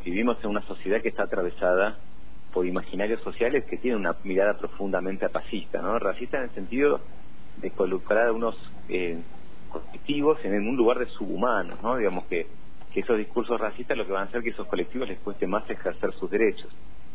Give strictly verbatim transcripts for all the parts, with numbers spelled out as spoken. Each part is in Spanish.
vivimos en una sociedad que está atravesada por imaginarios sociales que tienen una mirada profundamente racista, ¿no? Racista en el sentido de colocar a unos eh, colectivos en un lugar de subhumanos, ¿no? Digamos que, que esos discursos racistas lo que van a hacer que esos colectivos les cueste más ejercer sus derechos.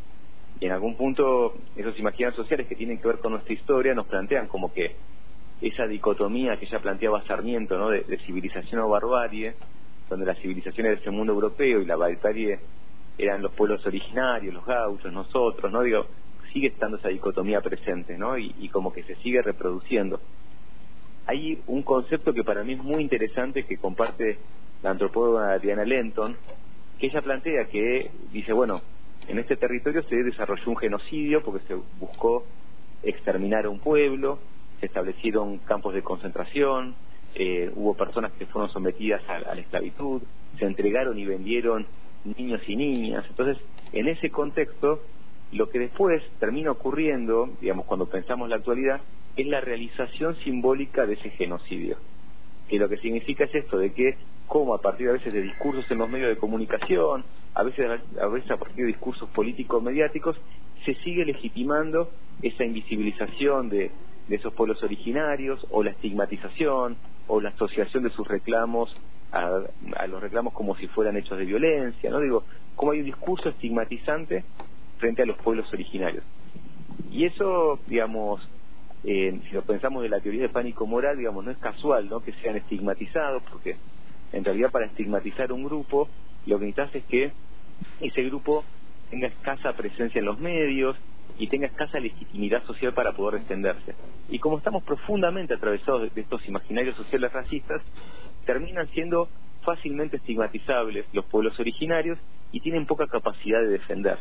Y en algún punto esos imaginarios sociales que tienen que ver con nuestra historia nos plantean como que esa dicotomía que ya planteaba Sarmiento, ¿no? de, de civilización o barbarie, donde la civilización era ese mundo europeo y la barbarie eran los pueblos originarios, los gauchos, nosotros, ¿no? Digo, sigue estando esa dicotomía presente, ¿no? Y, y como que se sigue reproduciendo. Hay un concepto que para mí es muy interesante que comparte la antropóloga Diana Lenton, que ella plantea que dice, bueno, en este territorio se desarrolló un genocidio porque se buscó exterminar a un pueblo, se establecieron campos de concentración, eh, hubo personas que fueron sometidas a, a la esclavitud, se entregaron y vendieron niños y niñas. Entonces, en ese contexto, lo que después termina ocurriendo, digamos, cuando pensamos en la actualidad, es la realización simbólica de ese genocidio. Que lo que significa es esto, de que como a partir a veces de discursos en los medios de comunicación, a veces a veces a partir de discursos políticos mediáticos, se sigue legitimando esa invisibilización de, de esos pueblos originarios, o la estigmatización, o la asociación de sus reclamos a, a los reclamos como si fueran hechos de violencia, ¿no? Digo, como hay un discurso estigmatizante frente a los pueblos originarios. Y eso, digamos, eh, si lo pensamos de la teoría de pánico moral, digamos, no es casual, ¿no?, que sean estigmatizados, porque en realidad para estigmatizar un grupo, lo que necesitas es que ese grupo tenga escasa presencia en los medios y tenga escasa legitimidad social para poder defenderse. Y como estamos profundamente atravesados de estos imaginarios sociales racistas, terminan siendo fácilmente estigmatizables los pueblos originarios y tienen poca capacidad de defenderse.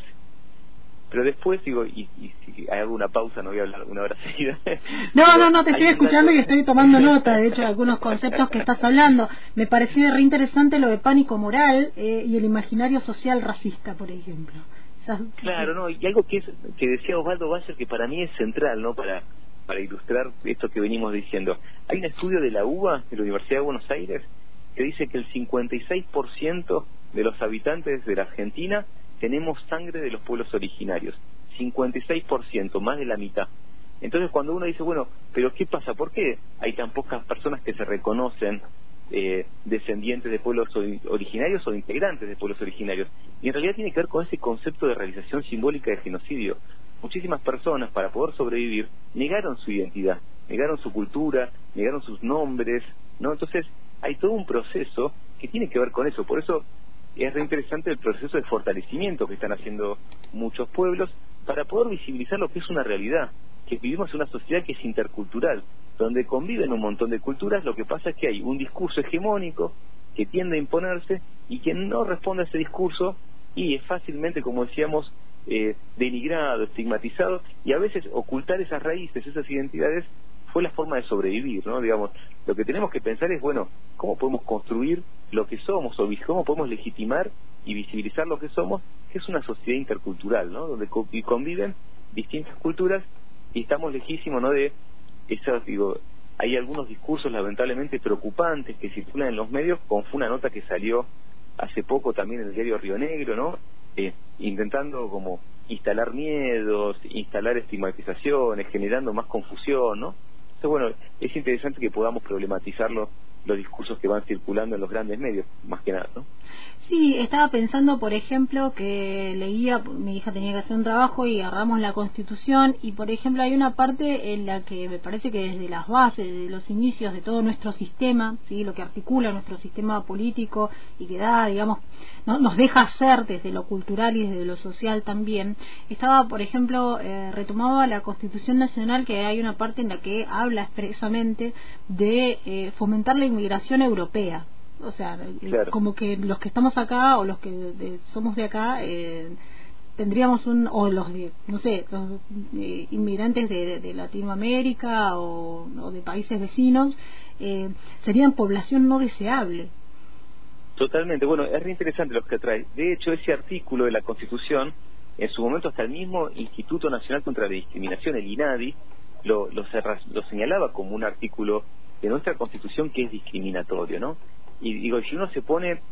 Pero después, digo, y, y si hay alguna pausa, no voy a hablar una hora seguida. No, no, no, te estoy escuchando y estoy tomando nota, de hecho, de algunos conceptos que estás hablando. Me pareció re interesante lo de pánico moral eh, y el imaginario social racista, por ejemplo. Esas... Claro, no, y algo que, es, que decía Osvaldo Bayer, que para mí es central, ¿no?, para, para ilustrar esto que venimos diciendo. Hay un estudio de la U B A, de la Universidad de Buenos Aires, que dice que el cincuenta y seis por ciento de los habitantes de la Argentina tenemos sangre de los pueblos originarios, cincuenta y seis por ciento, más de la mitad. Entonces cuando uno dice, bueno, pero ¿qué pasa? ¿Por qué hay tan pocas personas que se reconocen eh, descendientes de pueblos originarios o integrantes de pueblos originarios? Y en realidad tiene que ver con ese concepto de realización simbólica de genocidio. Muchísimas personas, para poder sobrevivir, negaron su identidad, negaron su cultura, negaron sus nombres, ¿no? Entonces hay todo un proceso que tiene que ver con eso. Por eso es re interesante el proceso de fortalecimiento que están haciendo muchos pueblos para poder visibilizar lo que es una realidad, que vivimos en una sociedad que es intercultural, donde conviven un montón de culturas. Lo que pasa es que hay un discurso hegemónico que tiende a imponerse, y quien no responde a ese discurso y es fácilmente, como decíamos, eh, denigrado, estigmatizado, y a veces ocultar esas raíces, esas identidades, fue la forma de sobrevivir, ¿no? Digamos, lo que tenemos que pensar es, bueno, ¿cómo podemos construir lo que somos, o cómo podemos legitimar y visibilizar lo que somos, que es una sociedad intercultural, ¿no?, donde conviven distintas culturas, y estamos lejísimos, ¿no?, de esas, digo, hay algunos discursos lamentablemente preocupantes que circulan en los medios, como fue una nota que salió hace poco también en el diario Río Negro, ¿no?, eh, intentando como instalar miedos, instalar estigmatizaciones, generando más confusión, ¿no? Entonces, bueno, es interesante que podamos problematizarlo, los discursos que van circulando en los grandes medios, más que nada, ¿no? Sí, estaba pensando, por ejemplo, que leía, mi hija tenía que hacer un trabajo y agarramos la Constitución, y por ejemplo hay una parte en la que me parece que desde las bases, de los inicios de todo nuestro sistema, ¿sí?, lo que articula nuestro sistema político y que da, digamos, no, nos deja ser desde lo cultural y desde lo social también, estaba, por ejemplo, eh, retomaba la Constitución Nacional, que hay una parte en la que habla expresamente de eh, fomentar la inmigración europea. O sea, claro, como que los que estamos acá o los que de, somos de acá eh, tendríamos un, o los de, no sé, los eh, inmigrantes de, de, de Latinoamérica o, o de países vecinos, eh, serían población no deseable. Totalmente. Bueno, es re interesante lo que trae. De hecho, ese artículo de la Constitución, en su momento hasta el mismo Instituto Nacional contra la Discriminación, el INADI, lo, lo, lo señalaba como un artículo de nuestra Constitución que es discriminatorio, ¿no? Y digo, si uno se pone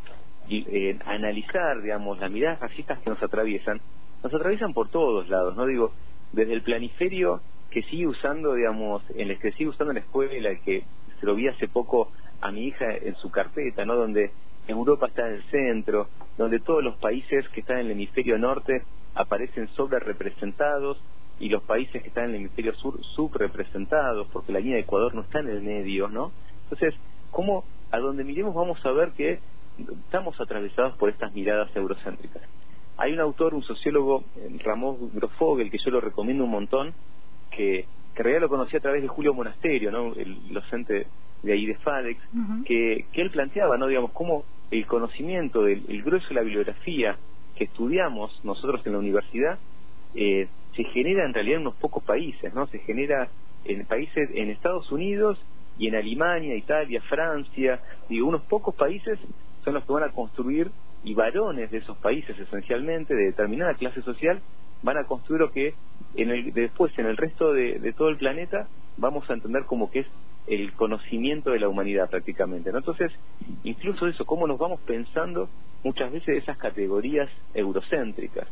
eh, analizar, digamos, las miradas racistas que nos atraviesan, nos atraviesan por todos lados, ¿no? Digo, desde el planiferio que sigue usando, digamos, en el que sigue usando en la escuela, el que se lo vi hace poco a mi hija en su carpeta, ¿no? Donde Europa está en el centro, donde todos los países que están en el hemisferio norte aparecen sobre representados y los países que están en el hemisferio sur subrepresentados, porque la línea de Ecuador no está en el medio, ¿no? Entonces, ¿cómo a donde miremos vamos a ver que estamos atravesados por estas miradas eurocéntricas? Hay un autor, un sociólogo, Ramón Grosfogel, que yo lo recomiendo un montón, que, que en realidad lo conocí a través de Julio Monasterio, ¿no? El docente de ahí de FADEX, uh-huh. que, que él planteaba, ¿no? Digamos, cómo el conocimiento del el grueso de la bibliografía que estudiamos nosotros en la universidad eh, se genera en realidad en unos pocos países, ¿no? Se genera en países, en Estados Unidos y en Alemania, Italia, Francia, digo, unos pocos países son los que van a construir, y varones de esos países esencialmente, de determinada clase social, van a construir lo que en el, después en el resto de, de todo el planeta vamos a entender como que es el conocimiento de la humanidad prácticamente, ¿no? Entonces, incluso eso, cómo nos vamos pensando muchas veces de esas categorías eurocéntricas.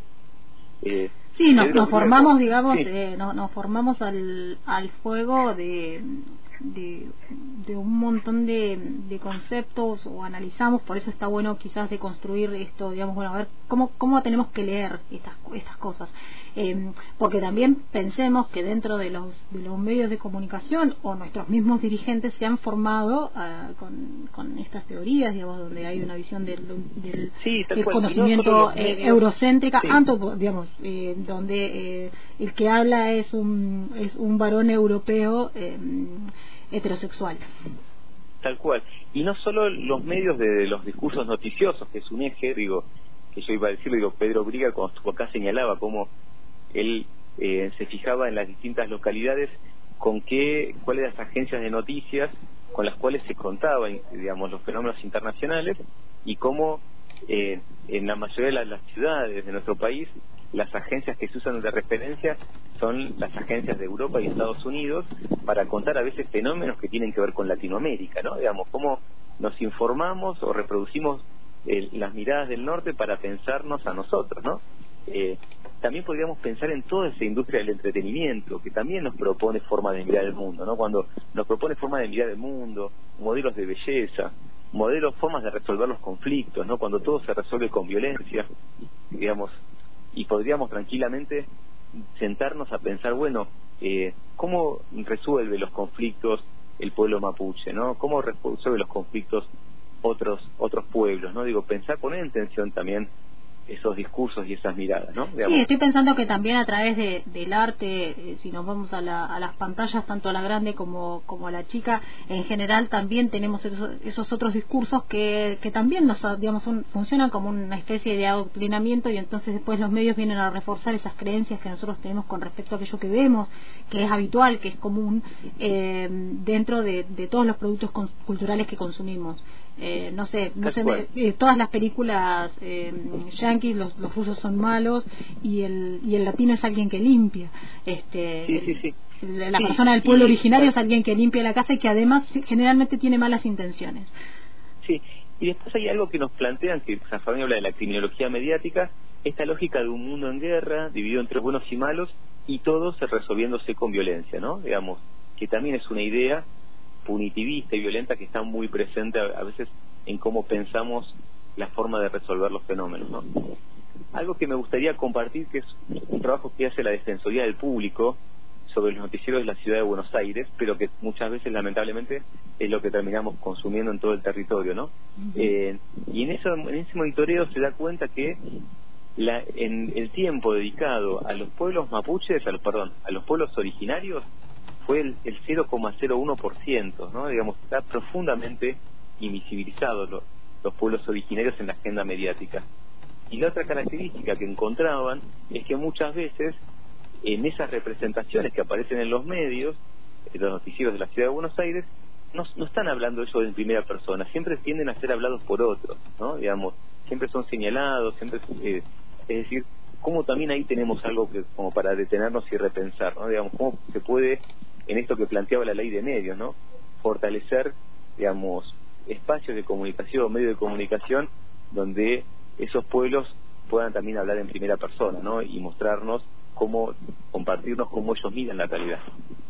Eh, sí, nos, nos formamos, digamos, sí. eh, no, nos formamos al, al fuego de, de, de un montón de, de conceptos, o analizamos, por eso está bueno quizás de construir esto, digamos, bueno, a ver cómo, cómo tenemos que leer estas, estas cosas. Eh, porque también pensemos que dentro de los, de los medios de comunicación o nuestros mismos dirigentes se han formado uh, con, con estas teorías, digamos, donde hay una visión del, del, sí, del conocimiento no eh, eurocéntrica, sí. anto, digamos, eh, donde eh, el que habla es un, es un varón europeo eh, heterosexual. Tal cual. Y no solo los medios de los discursos noticiosos, que es un eje, digo, que yo iba a decirlo, digo, Pedro Briga cuando estuvo acá señalaba cómo él eh, se fijaba en las distintas localidades con qué, cuáles las agencias de noticias con las cuales se contaban, digamos, los fenómenos internacionales, y cómo eh, en la mayoría de las, las ciudades de nuestro país las agencias que se usan de referencia son las agencias de Europa y Estados Unidos para contar a veces fenómenos que tienen que ver con Latinoamérica, ¿no? Digamos, cómo nos informamos o reproducimos eh, las miradas del norte para pensarnos a nosotros, ¿no? Eh, también podríamos pensar en toda esa industria del entretenimiento que también nos propone formas de mirar el mundo, ¿no? Cuando nos propone formas de mirar el mundo, modelos de belleza, modelos, formas de resolver los conflictos, ¿no? Cuando todo se resuelve con violencia, digamos, y podríamos tranquilamente sentarnos a pensar, bueno, eh, ¿cómo resuelve los conflictos el pueblo mapuche, ¿no? ¿Cómo resuelve los conflictos otros otros pueblos, ¿no? Digo, pensar, poner en tensión también esos discursos y esas miradas, ¿no? Digamos. Sí, estoy pensando que también a través de, del arte, eh, si nos vamos a, la, a las pantallas, tanto a la grande como, como a la chica, en general también tenemos esos, esos otros discursos que, que también nos, digamos, un, funcionan como una especie de adoctrinamiento, y entonces después los medios vienen a reforzar esas creencias que nosotros tenemos con respecto a aquello que vemos, que es habitual, que es común, eh, dentro de, de todos los productos con, culturales que consumimos. Eh, no sé, no sé me, eh, todas las películas eh, yanquis, los, los rusos son malos y el y el latino es alguien que limpia. Este, sí, sí, sí. La, la sí, persona del pueblo sí, originario sí. es alguien que limpia la casa y que además generalmente tiene malas intenciones. Sí, y después hay algo que nos plantean, que San Fabián habla de la criminología mediática, esta lógica de un mundo en guerra, dividido entre buenos y malos, y todos resolviéndose con violencia, ¿no? Digamos, que también es una idea punitivista y violenta que está muy presente a, a veces en cómo pensamos la forma de resolver los fenómenos, ¿no? Algo que me gustaría compartir, que es un trabajo que hace la Defensoría del Público sobre los noticieros de la ciudad de Buenos Aires, pero que muchas veces lamentablemente es lo que terminamos consumiendo en todo el territorio, ¿no? Uh-huh. eh, y en, eso, en ese monitoreo se da cuenta que la, en el tiempo dedicado a los pueblos mapuches, a los, perdón, a los pueblos originarios, fue el, el cero coma cero uno por ciento, ¿no? Digamos, está profundamente invisibilizado lo, los pueblos originarios en la agenda mediática. Y la otra característica que encontraban es que muchas veces en esas representaciones que aparecen en los medios, en los noticieros de la ciudad de Buenos Aires, no, no están hablando ellos en primera persona, siempre tienden a ser hablados por otros, ¿no? Digamos, siempre son señalados, siempre eh, es decir, cómo también ahí tenemos algo que como para detenernos y repensar, ¿no? Digamos, cómo se puede, en esto que planteaba la ley de medios, ¿no? Fortalecer, digamos, espacios de comunicación, medios de comunicación, donde esos pueblos puedan también hablar en primera persona, ¿no? Y mostrarnos cómo, compartirnos cómo ellos miran la realidad.